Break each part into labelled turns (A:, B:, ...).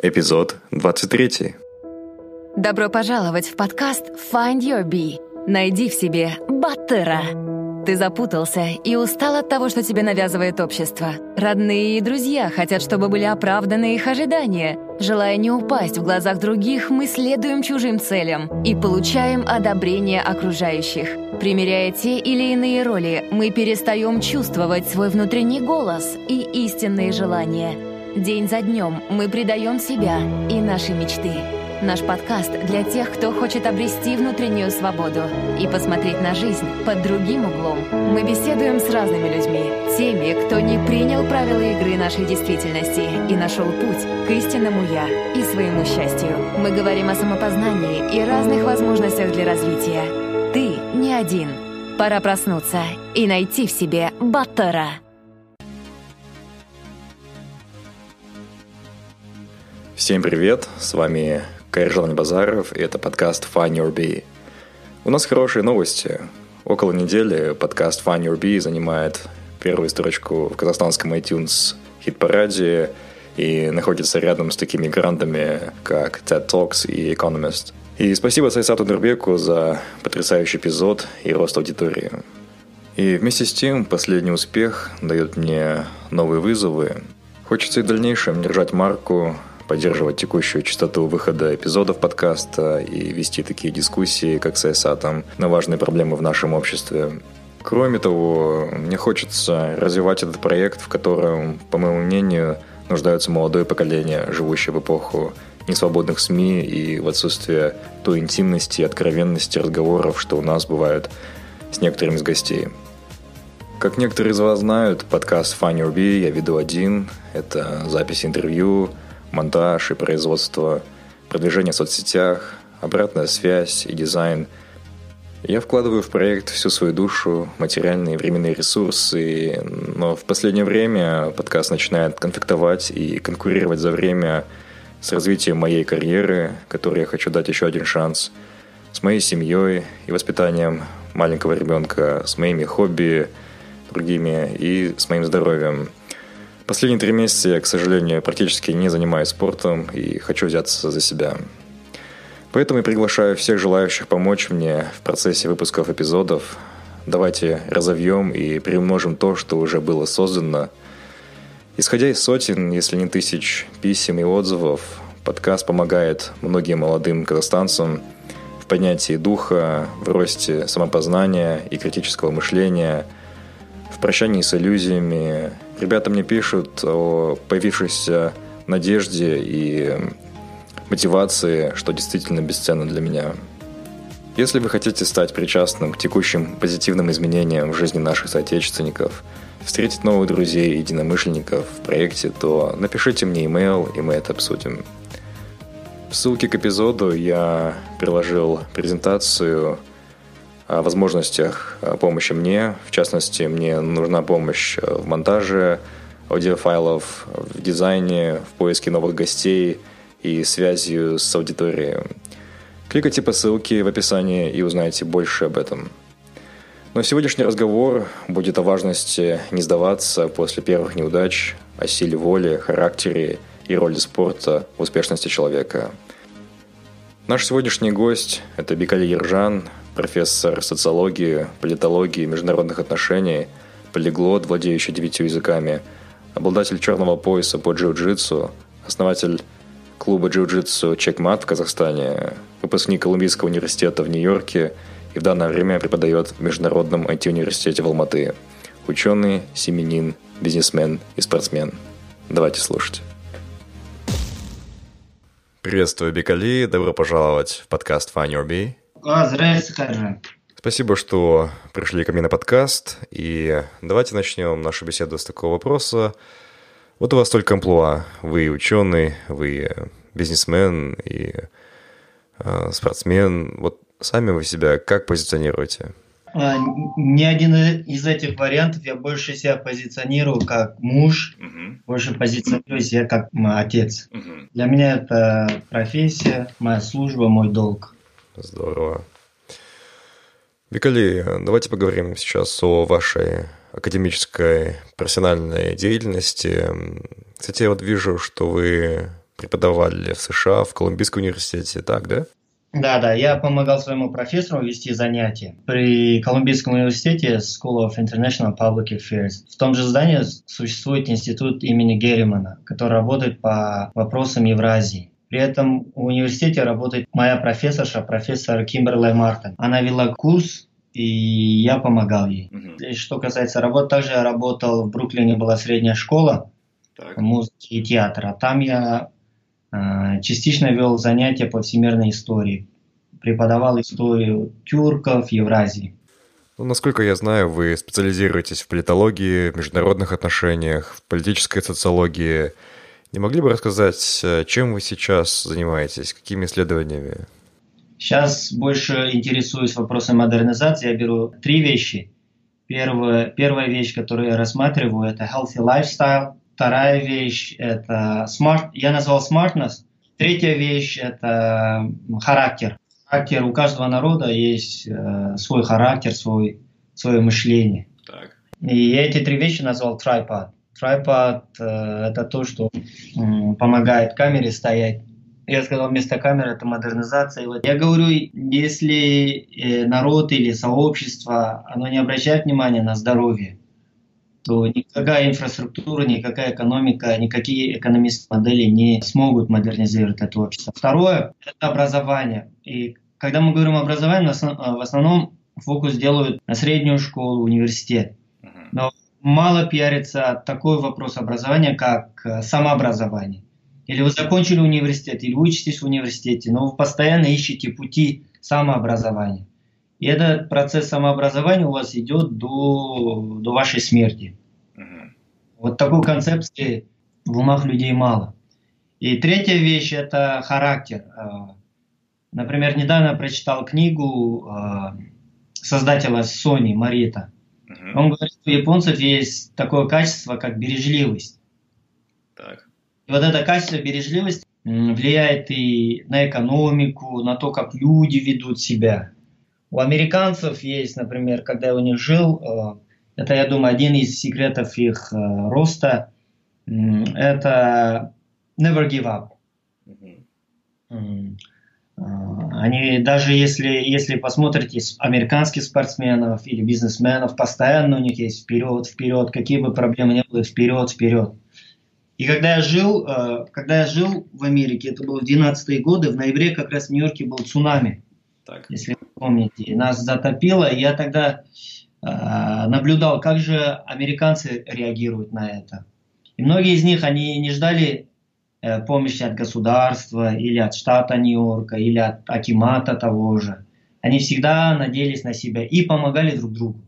A: Эпизод 23.
B: Добро пожаловать в подкаст Find Your Bee. Найди в себе Баттера. Ты запутался и устал от того, что тебе навязывает общество. Родные и друзья хотят, чтобы были оправданы их ожидания. Желая не упасть в глазах других, мы следуем чужим целям и получаем одобрение окружающих. Примеряя те или иные роли, мы перестаем чувствовать свой внутренний голос и истинные желания. День за днем мы предаем себя и наши мечты. Наш подкаст для тех, кто хочет обрести внутреннюю свободу и посмотреть на жизнь под другим углом. Мы беседуем с разными людьми, теми, кто не принял правила игры нашей действительности и нашел путь к истинному «я» и своему счастью. Мы говорим о самопознании и разных возможностях для развития. Ты не один. Пора проснуться и найти в себе Баттера.
A: Всем привет, с вами Кайржан Базаров, и это подкаст Find Your Bee. У нас хорошие новости. Около недели подкаст Find Your Bee занимает первую строчку в казахстанском iTunes хит-параде и находится рядом с такими грандами, как TED Talks и Economist. И спасибо Сайсату Нурбеку за потрясающий эпизод и рост аудитории. И вместе с тем последний успех дает мне новые вызовы. Хочется и в дальнейшем держать марку, поддерживать текущую частоту выхода эпизодов подкаста и вести такие дискуссии, как с Айсатом, на важные проблемы в нашем обществе. Кроме того, мне хочется развивать этот проект, в котором, по моему мнению, нуждается молодое поколение, живущее в эпоху несвободных СМИ и в отсутствие той интимности и откровенности разговоров, что у нас бывают с некоторыми из гостей. Как некоторые из вас знают, подкаст Find Your Bee я веду один. Это запись интервью, монтаж и производство, продвижение в соцсетях, обратная связь и дизайн. Я вкладываю в проект всю свою душу, материальные и временные ресурсы, но в последнее время подкаст начинает конфликтовать и конкурировать за время с развитием моей карьеры, которой я хочу дать еще один шанс, с моей семьей и воспитанием маленького ребенка, с моими хобби, другими и с моим здоровьем. Последние 3 месяца я, к сожалению, практически не занимаюсь спортом и хочу взяться за себя. Поэтому я приглашаю всех желающих помочь мне в процессе выпусков эпизодов. Давайте разовьем и приумножим то, что уже было создано. Исходя из сотен, если не тысяч писем и отзывов, подкаст помогает многим молодым казахстанцам в поднятии духа, в росте самопознания и критического мышления, в прощании с иллюзиями. Ребята мне пишут о появившейся надежде и мотивации, что действительно бесценно для меня. Если вы хотите стать причастным к текущим позитивным изменениям в жизни наших соотечественников, встретить новых друзей и единомышленников в проекте, то напишите мне имейл, и мы это обсудим. В ссылке к эпизоду я приложил презентацию о возможностях помощи мне. В частности, мне нужна помощь в монтаже аудиофайлов, в дизайне, в поиске новых гостей и связью с аудиторией. Кликайте по ссылке в описании и узнайте больше об этом. Но сегодняшний разговор будет о важности не сдаваться после первых неудач, о силе воли, характере и роли спорта в успешности человека. Наш сегодняшний гость – это Бикали Ержан, профессор социологии, политологии и международных отношений, полиглот, владеющий 9 языками, обладатель черного пояса по джиу-джитсу, основатель клуба джиу-джитсу «Чекмат» в Казахстане, выпускник Колумбийского университета в Нью-Йорке и в данное время преподает в Международном IT-университете в Алматы. Ученый, семьянин, бизнесмен и спортсмен. Давайте слушать. Приветствую, Бикали. Добро пожаловать в подкаст Find Your Bee.
C: Здравствуйте, Кайржан.
A: Спасибо, что пришли ко мне на подкаст. И давайте начнем нашу беседу с такого вопроса. Вот у вас столько амплуа. Вы ученый, вы бизнесмен и спортсмен. Вот сами вы себя как позиционируете?
C: Ни один из этих вариантов я больше себя позиционирую как муж, больше позиционирую себя как отец. Для меня это профессия, моя служба, мой долг.
A: Здорово. Бикали, давайте поговорим сейчас о вашей академической профессиональной деятельности. Кстати, я вот вижу, что вы преподавали в США, в Колумбийском университете, так, да?
C: Да, я помогал своему профессору вести занятия при Колумбийском университете School of International Public Affairs. В том же здании существует институт имени Герримана, который работает по вопросам Евразии. При этом в университете работает моя профессорша, профессор Кимберли Мартин. Она вела курс, и я помогал ей. Что касается работы, также я работал в Бруклине, была средняя школа музыки и театра. Там я частично вел занятия по всемирной истории, преподавал историю тюрков, Евразии.
A: Насколько я знаю, вы специализируетесь в политологии, в международных отношениях, в политической социологии. Не могли бы рассказать, чем вы сейчас занимаетесь, какими исследованиями?
C: Сейчас больше интересуюсь вопросом модернизации. Я беру 3 вещи. Первая вещь, которую я рассматриваю, это healthy lifestyle. Вторая вещь – это smart. Я назвал smartness. Третья вещь – это характер. Характер у каждого народа есть свой характер, свое мышление. Так. И эти 3 вещи назвал tripod. Tripod – это то, что помогает камере стоять. Я сказал, вместо камеры это модернизация. Я говорю, если народ или сообщество, оно не обращает внимания на здоровье, то никакая инфраструктура, никакая экономика, никакие экономист-модели не смогут модернизировать это общество. Второе – это образование. И когда мы говорим о образовании, в основном фокус делают на среднюю школу, университет. Но мало пиарится такой вопрос образования, как самообразование. Или вы закончили университет, или учитесь в университете, но вы постоянно ищете пути самообразования. И этот процесс самообразования у вас идет до вашей смерти. Вот такой концепции в умах людей мало. И третья вещь – это характер. Например, недавно я прочитал книгу создателя Sony, Морита. Он говорит, что у японцев есть такое качество, как бережливость. Так. И вот это качество бережливости влияет и на экономику, на то, как люди ведут себя. У американцев есть, например, когда я у них жил, это, я думаю, один из секретов их роста, это never give up. Они, даже если посмотрите американских спортсменов или бизнесменов, постоянно у них есть вперед, какие бы проблемы ни было, вперед. И когда я жил в Америке, это было в 90-е годы, в ноябре как раз в Нью-Йорке был цунами. Так. Если вы помните, нас затопило, и я тогда наблюдал, как же американцы реагируют на это. И многие из них, они не ждали помощи от государства, или от штата Нью-Йорка, или от акимата того же. Они всегда надеялись на себя и помогали друг другу.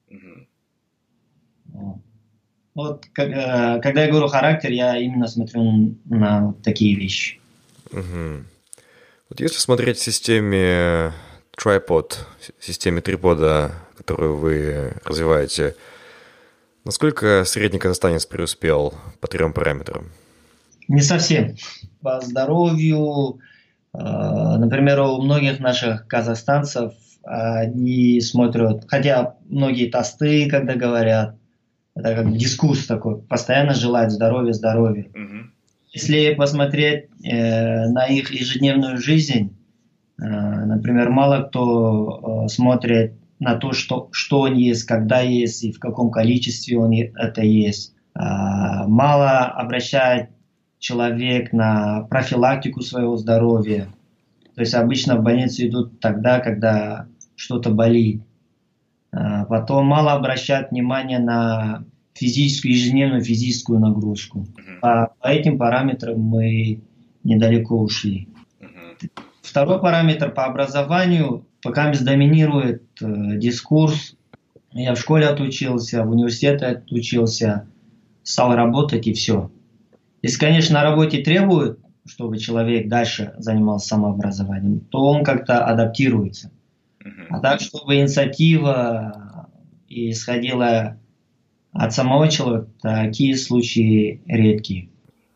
C: Вот, когда я говорю характер, я именно смотрю на такие вещи.
A: Вот если смотреть в системе Tripod, в системе трипода, которую вы развиваете, насколько средний казахстанец преуспел по 3 параметрам?
C: Не совсем. По здоровью, например, у многих наших казахстанцев они смотрят, хотя многие тосты, когда говорят, это как дискурс такой, постоянно желают здоровья. Если посмотреть на их ежедневную жизнь, например, мало кто смотрит на то, что он ест, когда ест и в каком количестве он это ест. Мало обращает человек на профилактику своего здоровья. То есть обычно в больницу идут тогда, когда что-то болит. Потом мало обращают внимание на ежедневную физическую нагрузку. По этим параметрам мы недалеко ушли. Второй параметр по образованию, пока доминирует дискурс. Я в школе отучился, в университете отучился, стал работать и все. Если, конечно, на работе требуют, чтобы человек дальше занимался самообразованием, то он как-то адаптируется. А так, чтобы инициатива исходила от самого человека, такие случаи редкие.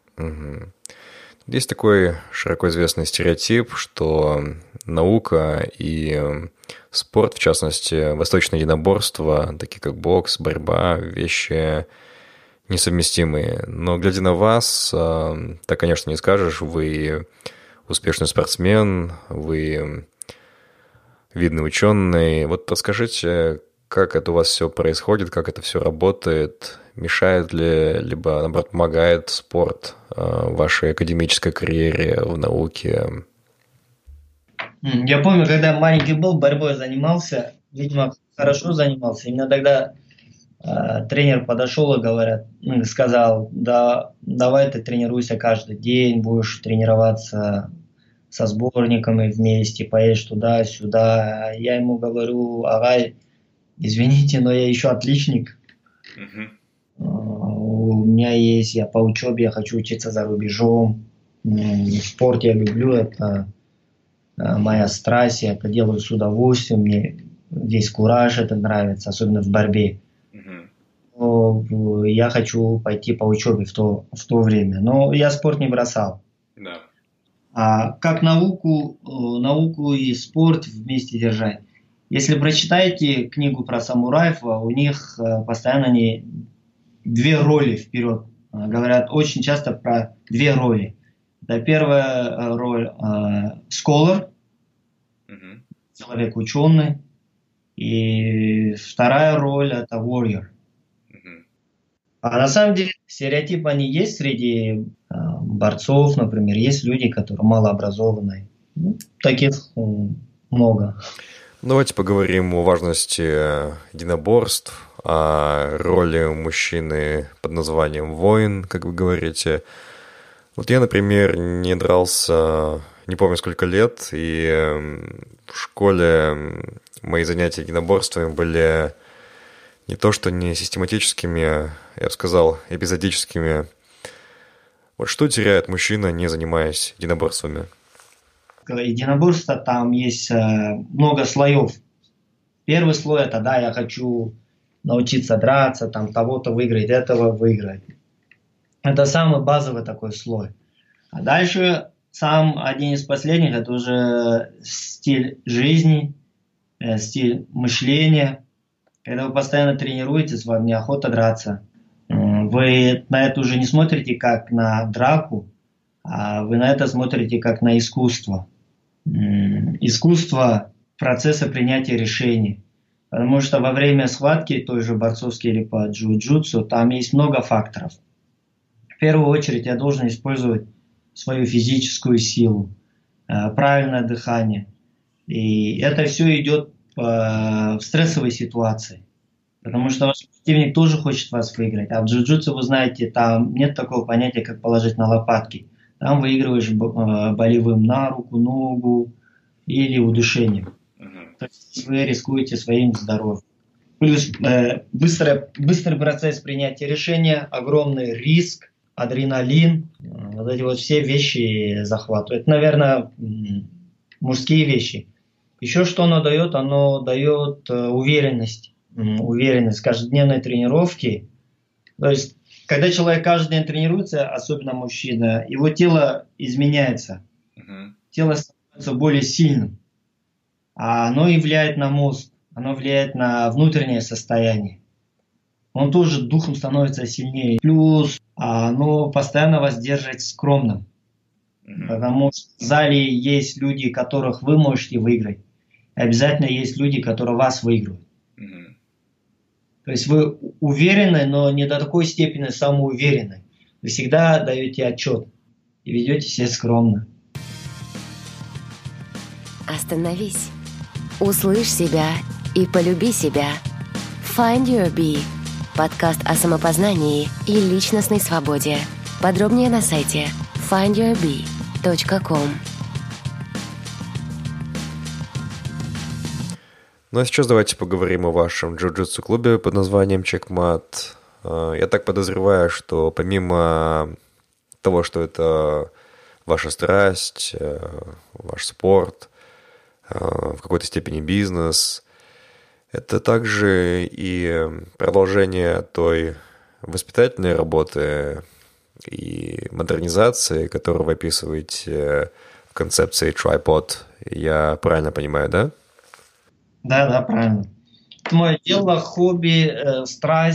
A: Есть такой широко известный стереотип, что наука и спорт, в частности, восточное единоборство, такие как бокс, борьба, вещи несовместимые. Но, глядя на вас, так, конечно, не скажешь. Вы успешный спортсмен, вы видный ученый. Вот расскажите, как это у вас все происходит, как это все работает, мешает ли, либо, наоборот, помогает спорт вашей академической карьере в науке?
C: Я помню, когда маленький был, борьбой занимался, видимо, хорошо занимался. Именно тогда тренер подошел и сказал, да, давай ты тренируйся каждый день, будешь тренироваться со сборниками вместе, поедешь туда-сюда. Я ему говорю, ага, извините, но я еще отличник. У меня есть, я по учебе, я хочу учиться за рубежом. Спорт я люблю, это моя страсть, я это делаю с удовольствием, мне весь кураж это нравится, особенно в борьбе. Но я хочу пойти по учебе в то время, но я спорт не бросал.
A: Да.
C: А как науку и спорт вместе держать? Если прочитаете книгу про самураев, у них постоянно две роли вперед. Говорят очень часто про две роли. Это первая роль scholar, человек ученый, и вторая роль это warrior. А на самом деле стереотипы они есть среди борцов, например, есть люди, которые малообразованные. Таких много.
A: Давайте поговорим о важности единоборств, о роли мужчины под названием воин, как вы говорите. Вот я, например, не дрался не помню сколько лет, и в школе мои занятия единоборствами были не то что не систематическими, я бы сказал, эпизодическими. Вот что теряет мужчина, не занимаясь единоборствами?
C: Единоборство, там есть много слоев. Первый слой это, да, я хочу научиться драться, там того-то выиграть, этого выиграть. Это самый базовый такой слой. А дальше сам один из последних, это уже стиль жизни, стиль мышления. Когда вы постоянно тренируетесь, вам неохота драться. Вы на это уже не смотрите как на драку, а вы на это смотрите как на искусство. Искусство процесса принятия решений. Потому что во время схватки, той же борцовской или по джиу-джитсу, там есть много факторов. В первую очередь я должен использовать свою физическую силу, правильное дыхание. И это все идет в стрессовой ситуации. Потому что ваш противник тоже хочет вас выиграть. А в джиу-джитсу, вы знаете, там нет такого понятия, как положить на лопатки. Там выигрываешь болевым на руку, ногу или удушением. То есть вы рискуете своим здоровьем. Плюс быстрый процесс принятия решения, огромный риск, адреналин. Вот эти вот все вещи захватывают. Это, наверное, мужские вещи. Еще что оно дает? Оно дает уверенность. Уверенность каждодневной тренировки. То есть, когда человек каждый день тренируется, особенно мужчина, его тело изменяется. Тело становится более сильным. А оно и влияет на мозг, оно влияет на внутреннее состояние. Он тоже духом становится сильнее. Плюс оно постоянно вас держит скромным. Потому что в зале есть люди, которых вы можете выиграть. И обязательно есть люди, которые вас выигрывают. То есть вы уверены, но не до такой степени самоуверены. Вы всегда даете отчет и ведете себя скромно.
B: Остановись. Услышь себя и полюби себя. Find Your Bee. Подкаст о самопознании и личностной свободе. Подробнее на сайте findyourbee.com.
A: Ну а сейчас давайте поговорим о вашем джиу-джитсу-клубе под названием Checkmat. Я так подозреваю, что помимо того, что это ваша страсть, ваш спорт, в какой-то степени бизнес, это также и продолжение той воспитательной работы и модернизации, которую вы описываете в концепции Tripod. Я правильно понимаю, да?
C: Да, правильно. Это мое дело, хобби, страсть.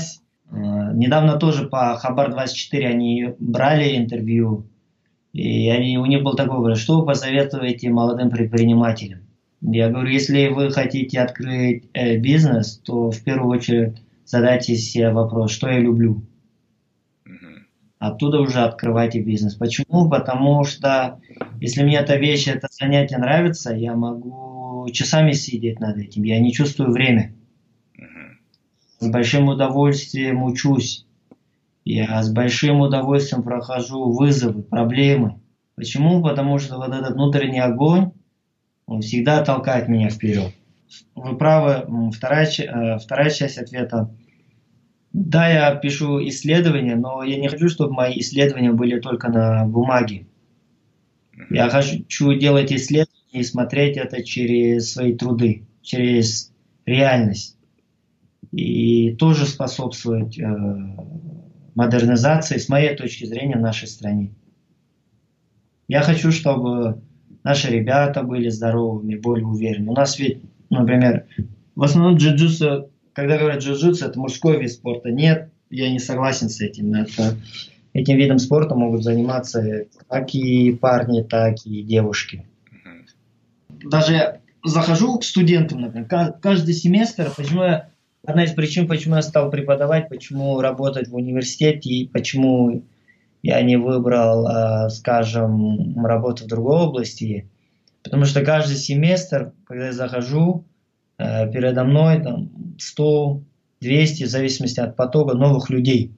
C: Недавно тоже по Хабар-24 они брали интервью, и у них был такой вопрос: что вы посоветуете молодым предпринимателям? Я говорю, если вы хотите открыть бизнес, то в первую очередь задайте себе вопрос, что я люблю. Оттуда уже открывайте бизнес. Почему? Потому что если мне эта вещь, это занятие нравится, я могу часами сидеть над этим, я не чувствую время. С большим удовольствием учусь. Я с большим удовольствием прохожу вызовы, проблемы. Почему? Потому что вот этот внутренний огонь, он всегда толкает меня вперед. Вы правы. Вторая часть ответа. Да, я пишу исследования, но я не хочу, чтобы мои исследования были только на бумаге. Я хочу делать исследования и смотреть это через свои труды, через реальность. И тоже способствовать модернизации, с моей точки зрения, в нашей стране. Я хочу, чтобы наши ребята были здоровыми, более уверенными. У нас ведь, например, в основном джиу-джитсу, когда говорят джиу-джитсу, это мужской вид спорта. Нет, я не согласен с этим. Этим видом спорта могут заниматься как и парни, так и девушки. Даже я захожу к студентам, например, каждый семестр, одна из причин, почему я стал преподавать, почему работать в университете и почему я не выбрал, скажем, работу в другой области. Потому что каждый семестр, когда я захожу, передо мной 100, 200, в зависимости от потока, новых людей.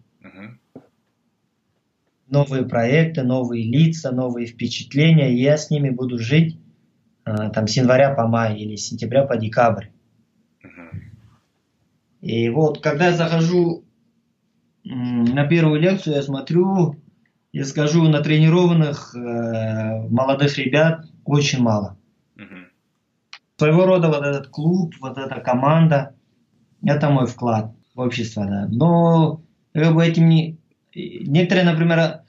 C: Новые проекты, новые лица, новые впечатления. И я с ними буду жить с января по май или с сентября по декабрь. И вот, когда я захожу на первую лекцию, я смотрю, я скажу, натренированных молодых ребят очень мало. Своего рода вот этот клуб, вот эта команда, это мой вклад в общество, да. Но этим некоторые, например,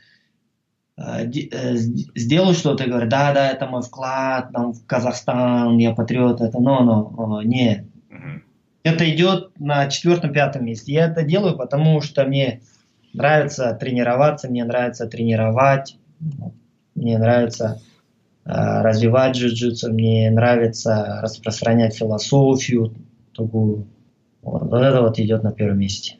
C: сделают что-то и говорят, да, это мой вклад, в Казахстан, я патриот, нет. Это идет на 4-5 месте. Я это делаю, потому что мне нравится тренироваться, мне нравится тренировать, мне нравится развивать джиу-джитсу, мне нравится распространять философию такую. Вот это вот идет на первом месте.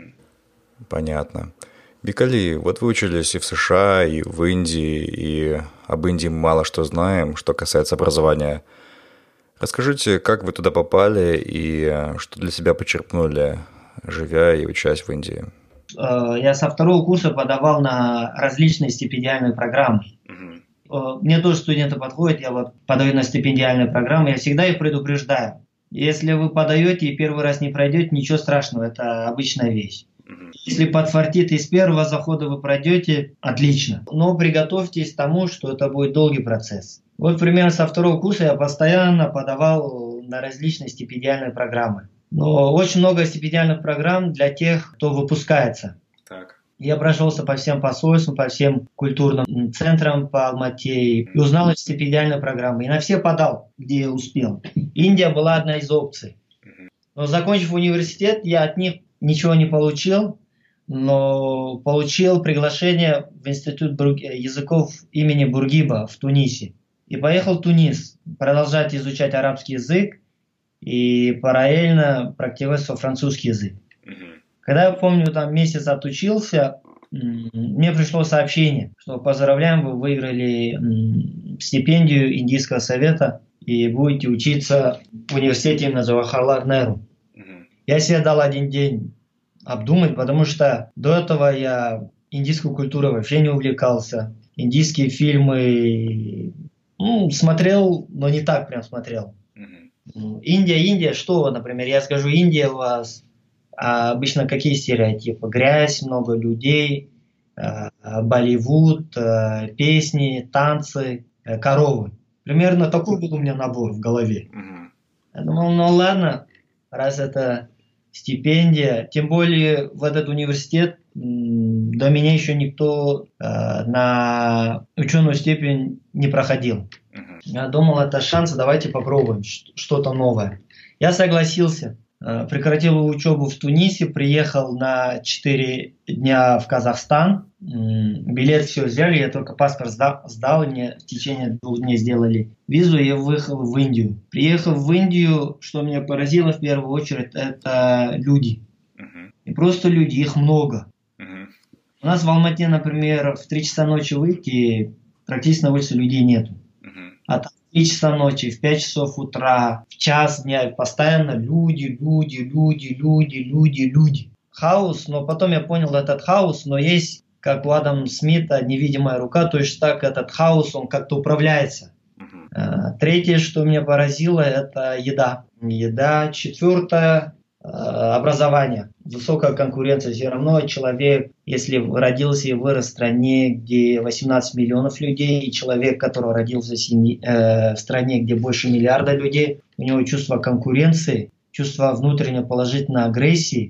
A: Понятно. Бикали, вот вы учились и в США, и в Индии, и об Индии мало что знаем, что касается образования. Расскажите, как вы туда попали и что для себя почерпнули, живя и учась в Индии?
C: Я со 2-го курса подавал на различные стипендиальные программы. Мне тоже студенты подходят, я вот подаю на стипендиальные программы, я всегда их предупреждаю. Если вы подаете и первый раз не пройдете, ничего страшного, это обычная вещь. Если подфартит и с первого захода вы пройдете, отлично. Но приготовьтесь к тому, что это будет долгий процесс. Вот примерно со 2-го курса я постоянно подавал на различные стипендиальные программы. Но очень много стипендиальных программ для тех, кто выпускается.
A: Так.
C: Я прошелся по всем посольствам, по всем культурным центрам по Алмате и узнал эти стипендиальные программы. И на все подал, где успел. Индия была одна из опций. Но закончив университет, я от них ничего не получил, но получил приглашение в Институт языков имени Бургиба в Тунисе. И поехал в Тунис продолжать изучать арабский язык и параллельно практиковать французский язык. Когда я помню, месяц отучился, мне пришло сообщение, что поздравляем, вы выиграли стипендию Индийского совета и будете учиться в университете имени Джавахарлал Неру. Я себе дал 1 день обдумать, потому что до этого я индийскую культуру вообще не увлекался. Индийские фильмы смотрел, но не так прям смотрел. Индия, что, например, я скажу, Индия у вас, обычно какие стереотипы? Грязь, много людей, Болливуд, песни, танцы, коровы. Примерно такой был у меня набор в голове. Я думал, ладно, раз это стипендия, тем более в этот университет до меня еще никто на ученую степень не проходил. Я думал, это шанс, давайте попробуем что-то новое. Я согласился. Прекратил учебу в Тунисе, приехал на 4 дня в Казахстан. Билет все взяли, я только паспорт сдал, мне в течение 2 дней сделали визу, и я выехал в Индию. Приехав в Индию, что меня поразило в первую очередь, это люди. И просто люди, их много. У нас в Алмате, например, в 3 часа ночи выйти, практически на улице людей нету. А там в 3 часа ночи, в 5 часов утра, в час дня постоянно люди. Хаос, но потом я понял этот хаос, но есть, как у Адама Смита, невидимая рука, то есть так этот хаос, он как-то управляется. Третье, что меня поразило, это еда. Четвертое, образование. Высокая конкуренция. Все равно человек, если родился и вырос в стране, где 18 миллионов людей, и человек, который родился в стране, где больше миллиарда людей, у него чувство конкуренции, чувство внутренней положительной агрессии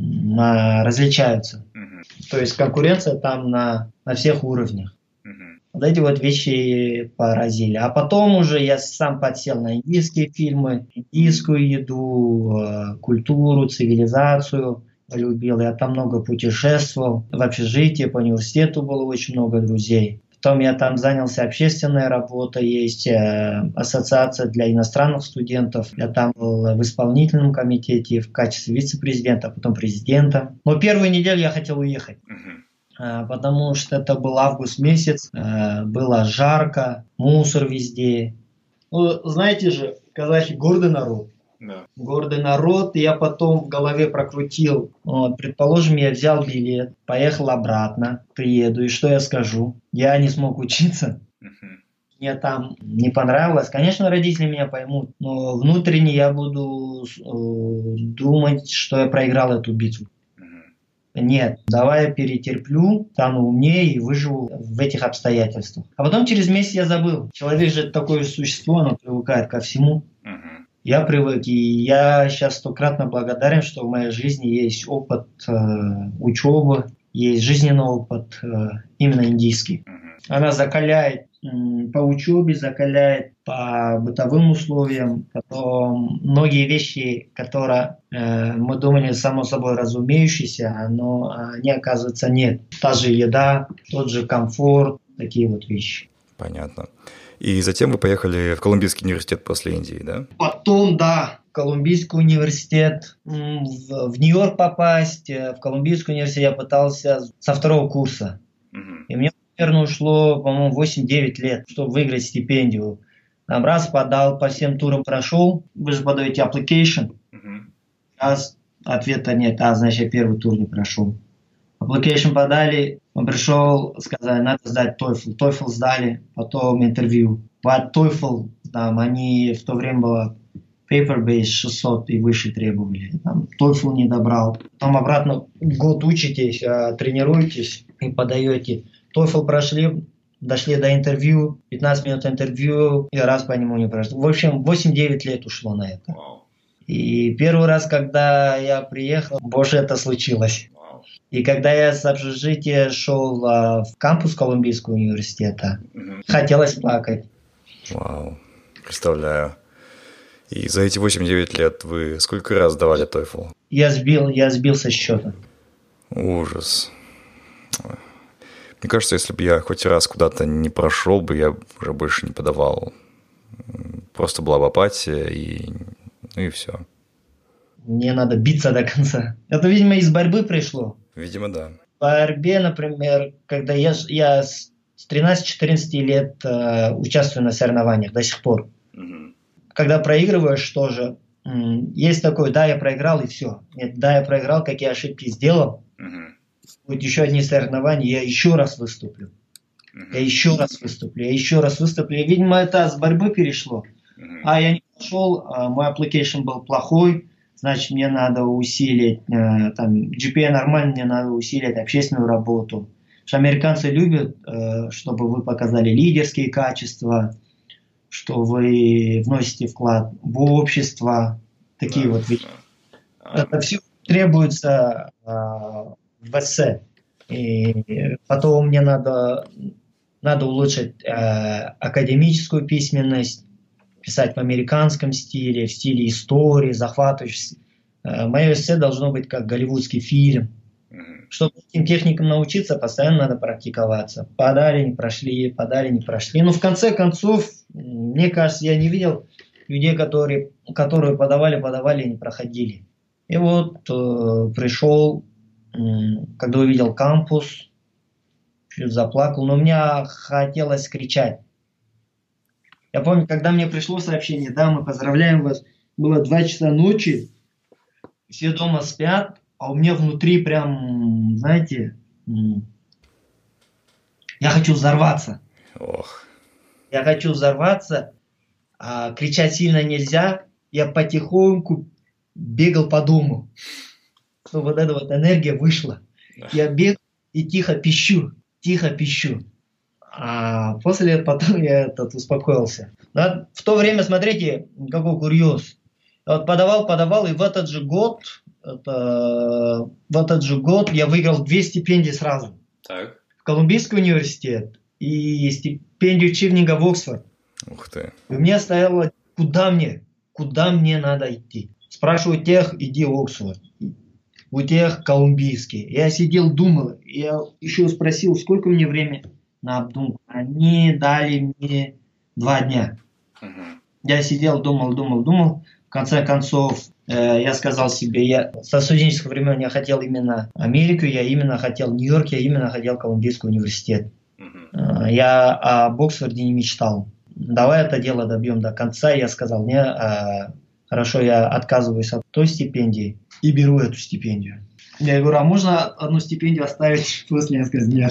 C: различаются. То есть конкуренция там на всех уровнях. Вот эти вот вещи поразили. А потом уже я сам подсел на индийские фильмы, индийскую еду, культуру, цивилизацию полюбил. Я там много путешествовал. В общежитии, по университету было очень много друзей. Потом я там занялся общественной работой. Есть ассоциация для иностранных студентов. Я там был в исполнительном комитете в качестве вице-президента, а потом президента. Но первую неделю я хотел уехать. Потому что это был август месяц, было жарко, мусор везде. Ну, знаете же, казахи гордый народ. Да. Гордый народ, и я потом в голове прокрутил. Вот, предположим, я взял билет, поехал обратно, приеду, и что я скажу? Я не смог учиться. Мне там не понравилось. Конечно, родители меня поймут, но внутренне я буду думать, что я проиграл эту битву. Нет, давай я перетерплю, стану умнее и выживу в этих обстоятельствах. А потом через месяц я забыл. Человек же такое существо, оно привыкает ко всему. Я привык, и я сейчас стократно благодарен, что в моей жизни есть опыт учебы, есть жизненный опыт именно индийский. Она закаляет по учебе, закаляет по бытовым условиям. Потом многие вещи, которые мы думали само собой разумеющиеся, но они, оказывается, нет. Та же еда, тот же комфорт, такие вот вещи.
A: Понятно. И затем вы поехали в Колумбийский университет после Индии, да?
C: Потом, да, в Колумбийский университет, в Нью-Йорк попасть. В Колумбийский университет я пытался со 2-го курса. И мне, наверное, ушло, по-моему, 8-9 лет, чтобы выиграть стипендию. Там раз подал, по всем турам прошел, вы же подаете application, раз ответа нет, значит, я первый тур не прошел. Application подали, он пришел, сказали, надо сдать TOEFL. TOEFL сдали, потом интервью. По TOEFL, там, они в то время было paper-based 600 и выше требовали. Там, TOEFL не добрал. Потом обратно год учитесь, тренируетесь и подаете. TOEFL прошли, дошли до интервью, 15 минут интервью, и раз по нему не прошли. В общем, 8-9 лет ушло на это. И первый раз, когда я приехал, боже, это случилось. И когда я с общежития шел в кампус Колумбийского университета, хотелось плакать.
A: Вау, представляю. И за эти 8-9 лет вы сколько раз сдавали TOEFL?
C: Я сбил со счета.
A: Ужас. Мне кажется, если бы я хоть раз куда-то не прошел бы, я уже больше не подавал. Просто была бы апатия, и все.
C: Мне надо биться до конца. Это, видимо, из борьбы пришло.
A: Видимо, да.
C: В борьбе, например, когда я с 13-14 лет участвую на соревнованиях до сих пор. Когда проигрываешь тоже, есть такое, да, я проиграл, и все. Нет, да, я проиграл, какие ошибки сделал. Будет еще одни соревнования, я еще раз выступлю. Я еще раз выступлю. И, видимо, это с борьбы перешло. Я не пошел, мой application был плохой, значит, мне надо усилить, там, GPA нормально, мне надо усилить общественную работу. Потому что американцы любят, чтобы вы показали лидерские качества, что вы вносите вклад в общество, такие вот вещи. Это все требуется в эссе. И потом мне надо улучшить академическую письменность, писать в американском стиле, в стиле истории, захватывающей мое эссе должно быть как голливудский фильм. Чтобы этим техникам научиться, постоянно надо практиковаться. Подали, не прошли. Но в конце концов, мне кажется, я не видел людей, которые подавали и не проходили. И вот пришел, когда увидел кампус, чуть заплакал, но мне хотелось кричать. Я помню, когда мне пришло сообщение, да, мы поздравляем вас, было 2 часа ночи, все дома спят, а у меня внутри прям, знаете, я хочу взорваться. Я хочу взорваться, а кричать сильно нельзя. Я потихоньку бегал по дому, чтобы вот эта вот энергия вышла. Я бегал и тихо пищу. А после потом я успокоился. Но в то время, смотрите, какой курьез. Вот подавал, и в этот же год я выиграл 2 стипендии сразу.
A: Так.
C: В Колумбийский университет и стипендию Чивнинга в Оксфорд.
A: Ух ты.
C: И мне стояло, куда мне надо идти. Спрашиваю тех, иди в Оксфорд. У тех колумбийский. Я сидел, думал. Я еще спросил, сколько мне времени на обдумку. Они дали мне 2 дня. Я сидел, думал. В конце концов, я сказал себе, со студенческого времени я хотел именно Америку, я именно хотел Нью-Йорк, я именно хотел Колумбийский университет. Я об Оксфорде не мечтал. Давай это дело добьем до конца. Я сказал, хорошо, я отказываюсь от той стипендии и беру эту стипендию. Я говорю, а можно одну стипендию оставить после? Я сказал, нет.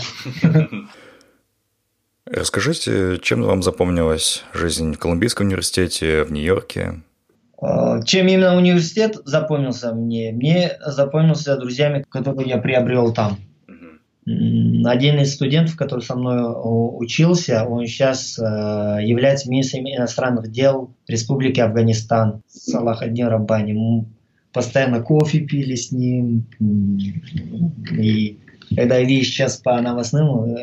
A: Расскажите, чем вам запомнилась жизнь в Колумбийском университете, в Нью-Йорке?
C: Чем именно университет запомнился мне? Мне запомнился друзьями, которые я приобрел там. Один из студентов, который со мной учился, он сейчас является министром иностранных дел Республики Афганистан, Салахаддин Раббани. Мы постоянно кофе пили с ним. И когда видишь сейчас по новостным,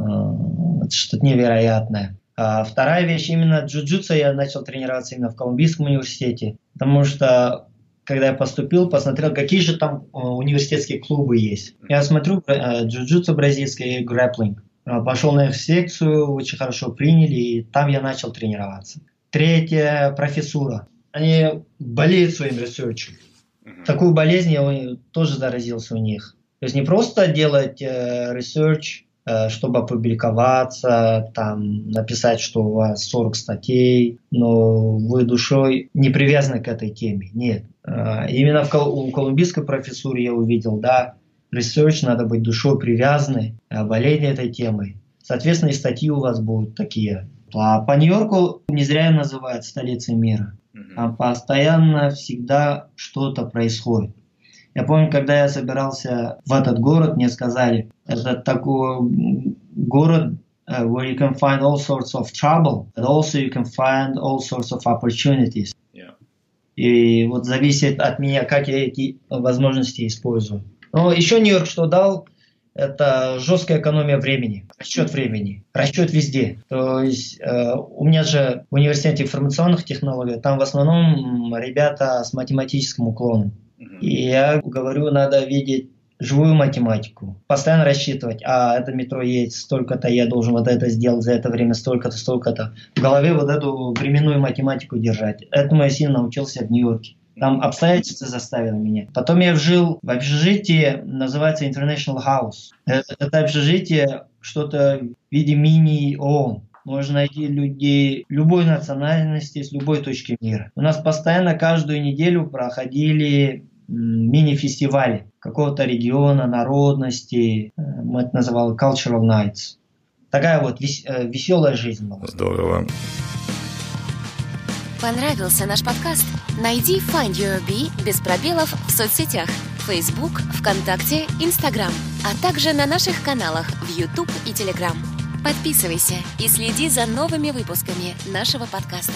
C: это что-то невероятное. А вторая вещь, именно джиу-джитсу я начал тренироваться именно в Колумбийском университете, потому что когда я поступил, посмотрел, какие же там университетские клубы есть. Я смотрю, джиу-джитсу бразильский и грэпплинг. Пошел на их секцию, очень хорошо приняли, и там я начал тренироваться. Третья профессура. Они болеют своим ресерчем. Такую болезнь я тоже заразился у них. То есть не просто делать ресерч, чтобы опубликоваться, там, написать, что у вас 40 статей, но вы душой не привязаны к этой теме. Нет. Именно у колумбийской профессуры я увидел, да, research, надо быть душой привязаны, болеть этой темой. Соответственно, и статьи у вас будут такие. А по Нью-Йорку не зря называют столицей мира. Там постоянно всегда что-то происходит. Я помню, когда я собирался в этот город, мне сказали, это такой город, where you can find all sorts of trouble, but also you can find all sorts of opportunities. Yeah. И вот зависит от меня, как я эти возможности использую. Но еще Нью-Йорк что дал, это жесткая экономия времени, расчет везде. То есть у меня же в университете информационных технологий, там в основном ребята с математическим уклоном. И я говорю, надо видеть живую математику, постоянно рассчитывать, это метро едет столько-то, я должен вот это сделать за это время столько-то, столько-то. В голове вот эту временную математику держать. Этому я сильно научился в Нью-Йорке. Там обстоятельства заставили меня. Потом я жил в общежитии, называется International House. Это общежитие что-то в виде мини-ООН. Можно найти людей любой национальности, с любой точки мира. У нас постоянно каждую неделю проходили мини-фестивали какого-то региона, народности. Мы это называли Cultural Nights. Такая вот веселая жизнь была.
A: Здорово.
B: Понравился наш подкаст? Найди Find Your Bee без пробелов в соцсетях Facebook, ВКонтакте, Instagram, а также на наших каналах в YouTube и Telegram. Подписывайся и следи за новыми выпусками нашего подкаста.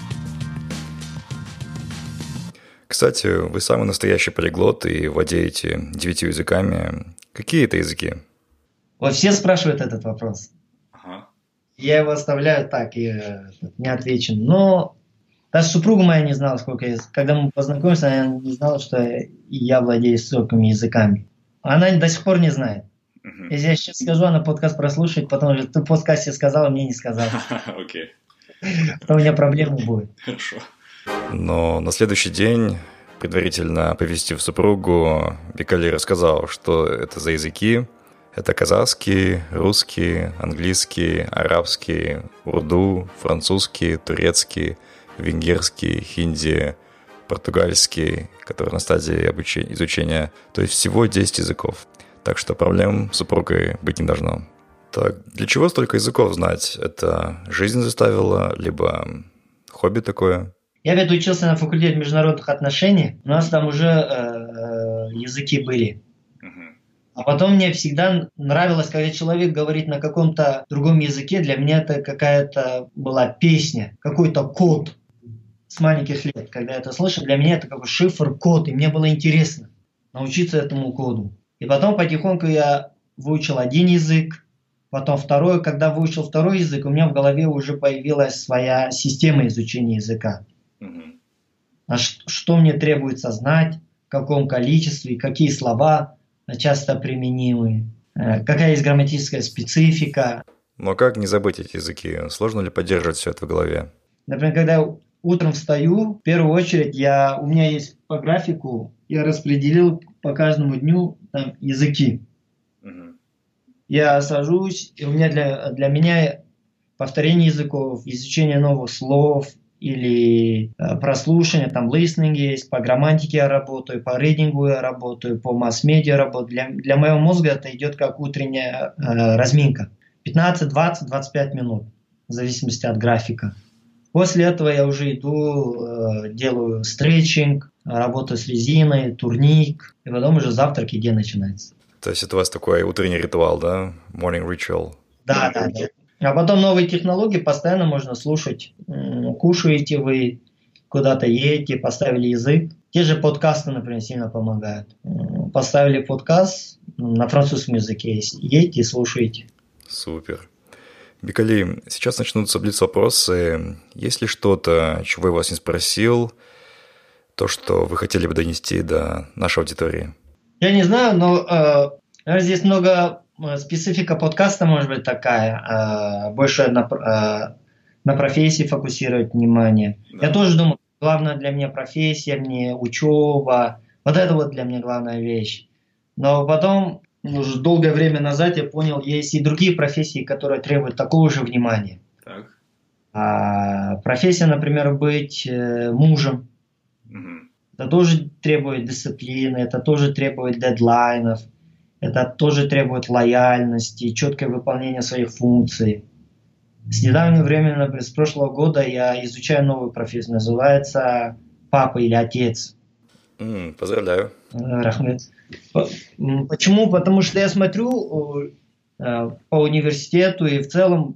A: Кстати, вы самый настоящий полиглот и владеете 9 языками. Какие это языки?
C: Вот все спрашивают этот вопрос. Я его оставляю так и не отвечен. Но Даже супруга моя не знала, сколько языков. Когда мы познакомились, она не знала, что я владею столькими языками. Она до сих пор не знает. Если я сейчас скажу, она подкаст прослушает, потом же ты в подкасте сказала, мне не сказала.
A: Окей.
C: Потом у меня проблема будет.
A: Хорошо. Но на следующий день, предварительно оповестив супругу, Бикали рассказал, что это за языки. Это казахский, русский, английский, арабский, урду, французский, турецкий, венгерский, хинди, португальский, который на стадии изучения. То есть всего 10 языков. Так что проблем с супругой быть не должно. Так, для чего столько языков знать? Это жизнь заставила, либо хобби такое?
C: Я ведь учился на факультете международных отношений. У нас там уже языки были. А потом мне всегда нравилось, когда человек говорит на каком-то другом языке. Для меня это какая-то была песня, какой-то код с маленьких лет. Когда я это слышал, для меня это как шифр, код. И мне было интересно научиться этому коду. И потом потихоньку я выучил один язык, потом второй. Когда выучил второй язык, у меня в голове уже появилась своя система изучения языка. А что мне требуется знать, в каком количестве, какие слова часто применимы, какая есть грамматическая специфика.
A: Но как не забыть эти языки? Сложно ли поддерживать все это в голове?
C: Например, когда я утром встаю, в первую очередь у меня есть по графику, я распределил по каждому дню там, языки. Я сажусь, и у меня для меня повторение языков, изучение новых слов или прослушивание, там listening есть, по грамматике я работаю, по рейдингу я работаю, по масс-медиа работаю. Для моего мозга это идет как утренняя разминка. 15, 20, 25 минут, в зависимости от графика. После этого я уже иду, делаю стретчинг, работаю с резиной, турник, и потом уже завтрак и день начинается.
A: То есть это у вас такой утренний ритуал, да? Morning ritual.
C: Да. А потом новые технологии постоянно можно слушать. Кушаете вы, куда-то едете, поставили язык. Те же подкасты, например, сильно помогают. Поставили подкаст на французском языке, едете и слушаете.
A: Супер. Бикали, сейчас начнутся блиц-вопросы. Есть ли что-то, чего я вас не спросил, то, что вы хотели бы донести до нашей аудитории?
C: Я не знаю, но здесь много... Специфика подкаста может быть такая, больше на профессии фокусировать внимание. Да. Я тоже думаю, главное для меня профессия, мне учеба, вот это вот для меня главная вещь. Но потом, уже долгое время назад я понял, есть и другие профессии, которые требуют такого же внимания. Так. Профессия, например, быть мужем, это тоже требует дисциплины, это тоже требует дедлайнов. Это тоже требует лояльности, четкое выполнение своих функций. С недавнего времени, например, с прошлого года я изучаю новую профессию, называется папа или отец.
A: Поздравляю.
C: Рахмет. Почему? Потому что я смотрю по университету и в целом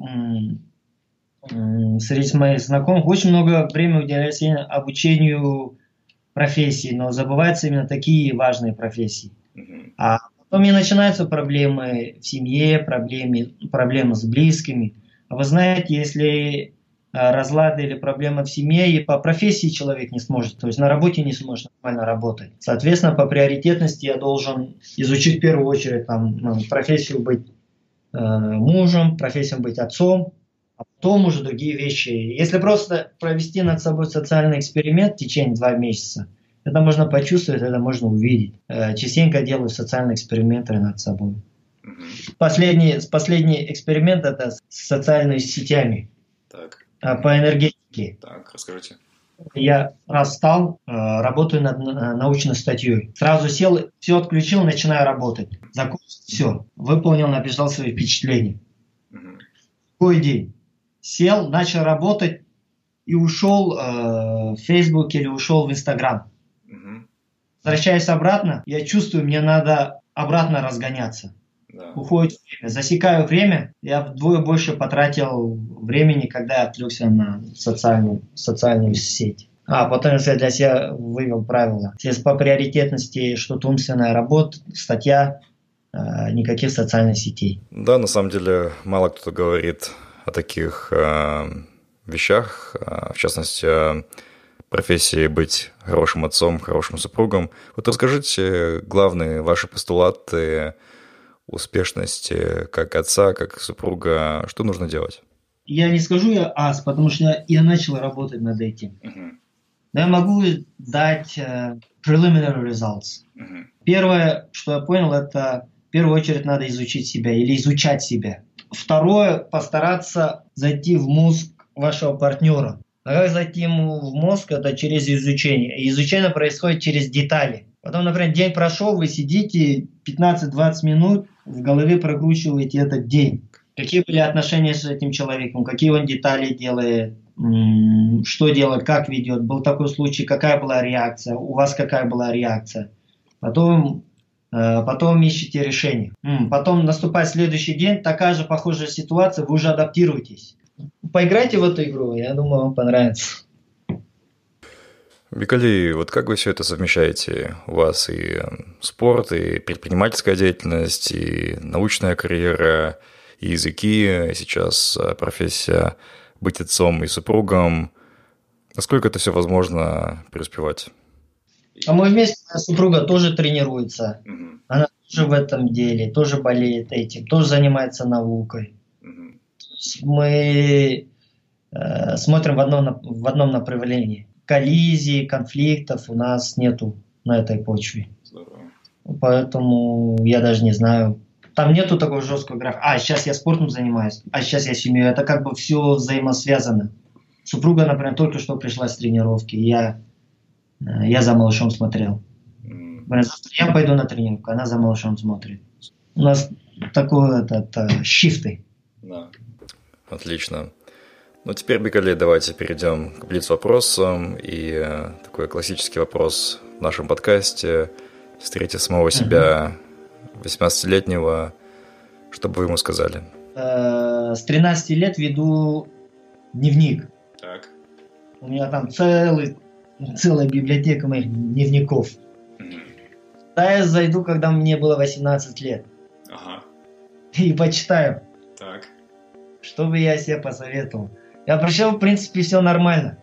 C: среди моих знакомых очень много времени уделяется обучению профессий, но забываются именно такие важные профессии. А потом и начинаются проблемы в семье, проблемы с близкими. А вы знаете, если разлады или проблемы в семье, и по профессии человек не сможет, то есть на работе не сможет нормально работать. Соответственно, по приоритетности я должен изучить в первую очередь профессию быть мужем, профессию быть отцом, а потом уже другие вещи. Если просто провести над собой социальный эксперимент в течение 2 месяца, это можно почувствовать, это можно увидеть. Частенько делаю социальные эксперименты над собой. Последний эксперимент это с социальными сетями. Так. По энергетике.
A: Так, расскажите.
C: Я встал, работаю над научной статьей. Сразу сел, все отключил, начинаю работать. Закончил, все. Выполнил, написал свои впечатления. Какой день? Сел, начал работать и ушел в Facebook или ушел в Instagram. Возвращаясь обратно, я чувствую, мне надо обратно разгоняться. Да. Уходит время. Засекаю время, я вдвое больше потратил времени, когда я отвлекся на социальную сеть. Потом я для себя вывел правило. Если по приоритетности что-то умственная работа, статья, никаких социальных сетей.
A: Да, на самом деле мало кто говорит о таких вещах, в частности, профессии быть хорошим отцом, хорошим супругом. Вот расскажите главные ваши постулаты успешности как отца, как супруга, что нужно делать?
C: Я не скажу я ас, потому что я начал работать над этим. Но я могу дать preliminary results. Первое, что я понял, это в первую очередь надо изучить себя или изучать себя. Второе, постараться зайти в мозг вашего партнера. А как зайти ему в мозг, это через изучение. И изучение происходит через детали. Потом, например, день прошел, вы сидите 15-20 минут, в голове прокручиваете этот день. Какие были отношения с этим человеком, какие он детали делает, что делает, как ведет. Был такой случай, какая была реакция, у вас какая была реакция. Потом ищете решение. Потом наступает следующий день, такая же похожая ситуация, вы уже адаптируетесь. Поиграйте в эту игру, я думаю, вам понравится.
A: Бикали, вот как вы все это совмещаете? У вас и спорт, и предпринимательская деятельность, и научная карьера, и языки, и сейчас профессия быть отцом и супругом. Насколько это все возможно преуспевать?
C: А мы вместе, моя супруга тоже тренируется. Она тоже в этом деле, тоже болеет этим, тоже занимается наукой. Мы смотрим в одном направлении. Коллизий, конфликтов у нас нету на этой почве. Здорово. Поэтому я даже не знаю. Там нету такого жесткого графика. Сейчас я спортом занимаюсь, сейчас я семьей. Это как бы все взаимосвязано. Супруга, например, только что пришла с тренировки. Я за малышом смотрел. Завтра я пойду на тренировку, она за малышом смотрит. У нас такое шифты.
A: Да. Отлично. Ну, теперь, Бикали, давайте перейдем к блиц-вопросам. И такой классический вопрос в нашем подкасте. Встретив самого себя, 18-летнего, что бы вы ему сказали?
C: С 13 лет веду дневник.
A: Так.
C: У меня там целая библиотека моих дневников. Да, я зайду, когда мне было 18 лет.
A: Ага.
C: И почитаю.
A: Так.
C: Что бы я себе посоветовал? Я прочел, в принципе, все нормально.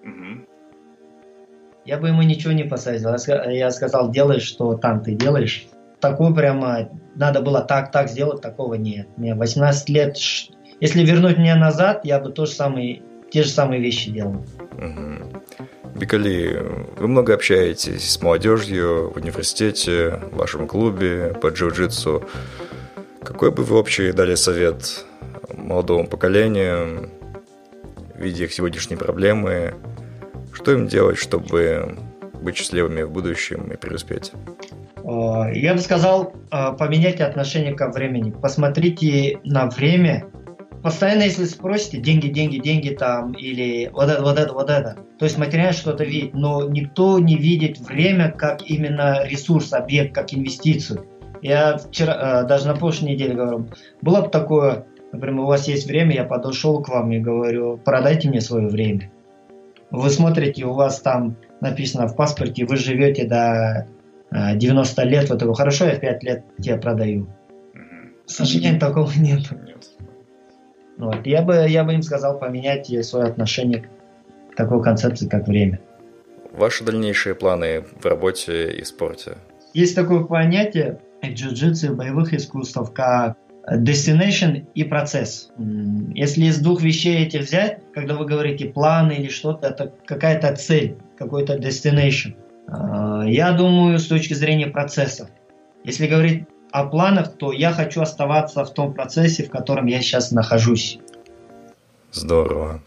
C: Я бы ему ничего не посоветовал. Я сказал, делай, что там ты делаешь. Такое прямо, надо было так сделать, такого нет. Мне 18 лет, если вернуть меня назад, я бы те же самые вещи делал.
A: Бикали, вы много общаетесь с молодежью в университете, в вашем клубе по джиу-джитсу. Какой бы вы общий дали совет молодому поколению, видя их сегодняшние проблемы, что им делать, чтобы быть счастливыми в будущем и преуспеть?
C: Я бы сказал, поменяйте отношение ко времени. Посмотрите на время. Постоянно, если спросите, деньги там, или вот это. То есть материально что-то видеть, но никто не видит время как именно ресурс, объект, как инвестицию. Я вчера, даже на прошлой неделе говорю, было бы такое, например, у вас есть время, я подошел к вам и говорю, продайте мне свое время. Вы смотрите, у вас там написано в паспорте, вы живете до 90 лет, вот его хорошо, я в 5 лет тебе продаю. К сожалению, такого нет. Вот. Я бы им сказал поменять свое отношение к такой концепции, как время.
A: Ваши дальнейшие планы в работе и спорте?
C: Есть такое понятие в джиу-джитсу и боевых искусствах, как destination и процесс. Если из двух вещей этих взять, когда вы говорите планы или что-то, это какая-то цель, какой-то destination. Я думаю, с точки зрения процесса. Если говорить о планах, то я хочу оставаться в том процессе, в котором я сейчас нахожусь.
A: Здорово.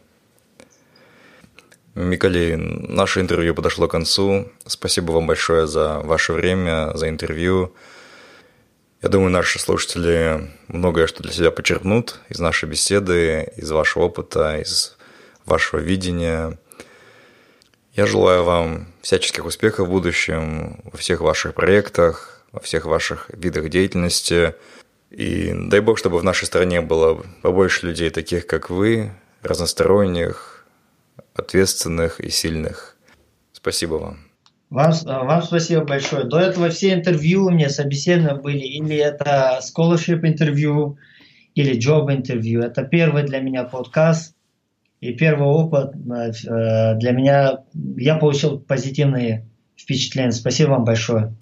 A: Бикали, наше интервью подошло к концу. Спасибо вам большое за ваше время, за интервью. Я думаю, наши слушатели многое что для себя почерпнут из нашей беседы, из вашего опыта, из вашего видения. Я желаю вам всяческих успехов в будущем, во всех ваших проектах, во всех ваших видах деятельности. И дай Бог, чтобы в нашей стране было побольше людей, таких как вы, разносторонних, ответственных и сильных. Спасибо вам.
C: Вам спасибо большое. До этого все интервью у меня собеседования были, или это scholarship интервью, или job интервью. Это первый для меня подкаст. И первый опыт для меня, я получил позитивные впечатления. Спасибо вам большое.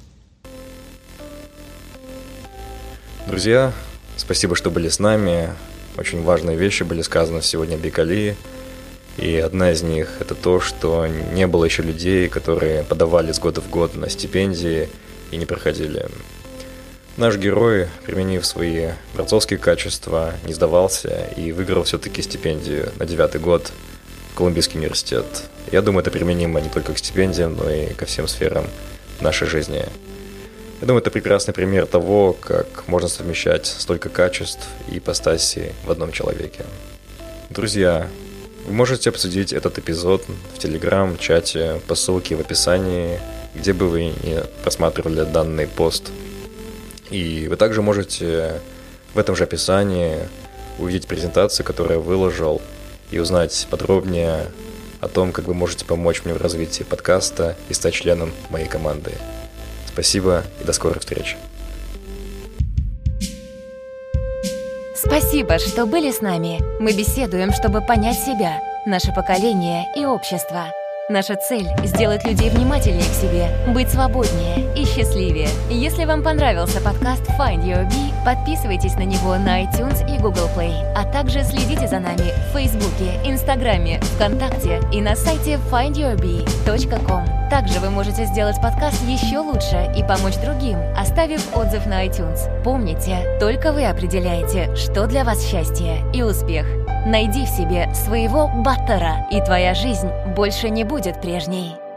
A: Друзья, спасибо, что были с нами. Очень важные вещи были сказаны сегодня в Байкалии. И одна из них – это то, что не было еще людей, которые подавали с года в год на стипендии и не проходили. Наш герой, применив свои борцовские качества, не сдавался и выиграл все-таки стипендию на 9-й год в Колумбийский университет. Я думаю, это применимо не только к стипендиям, но и ко всем сферам нашей жизни. Я думаю, это прекрасный пример того, как можно совмещать столько качеств и ипостасей в одном человеке. Друзья, вы можете обсудить этот эпизод в Telegram-чате по ссылке в описании, где бы вы ни просматривали данный пост. И вы также можете в этом же описании увидеть презентацию, которую я выложил, и узнать подробнее о том, как вы можете помочь мне в развитии подкаста и стать членом моей команды. Спасибо и до скорых встреч.
B: Спасибо, что были с нами. Мы беседуем, чтобы понять себя, наше поколение и общество. Наша цель – сделать людей внимательнее к себе, быть свободнее и счастливее. Если вам понравился подкаст Find Your Bee, подписывайтесь на него на iTunes и Google Play, а также следите за нами в Фейсбуке, Инстаграме, ВКонтакте и на сайте findyourbee.com. Также вы можете сделать подкаст еще лучше и помочь другим, оставив отзыв на iTunes. Помните, только вы определяете, что для вас счастье и успех. Найди в себе своего баттера, и твоя жизнь больше не будет прежней.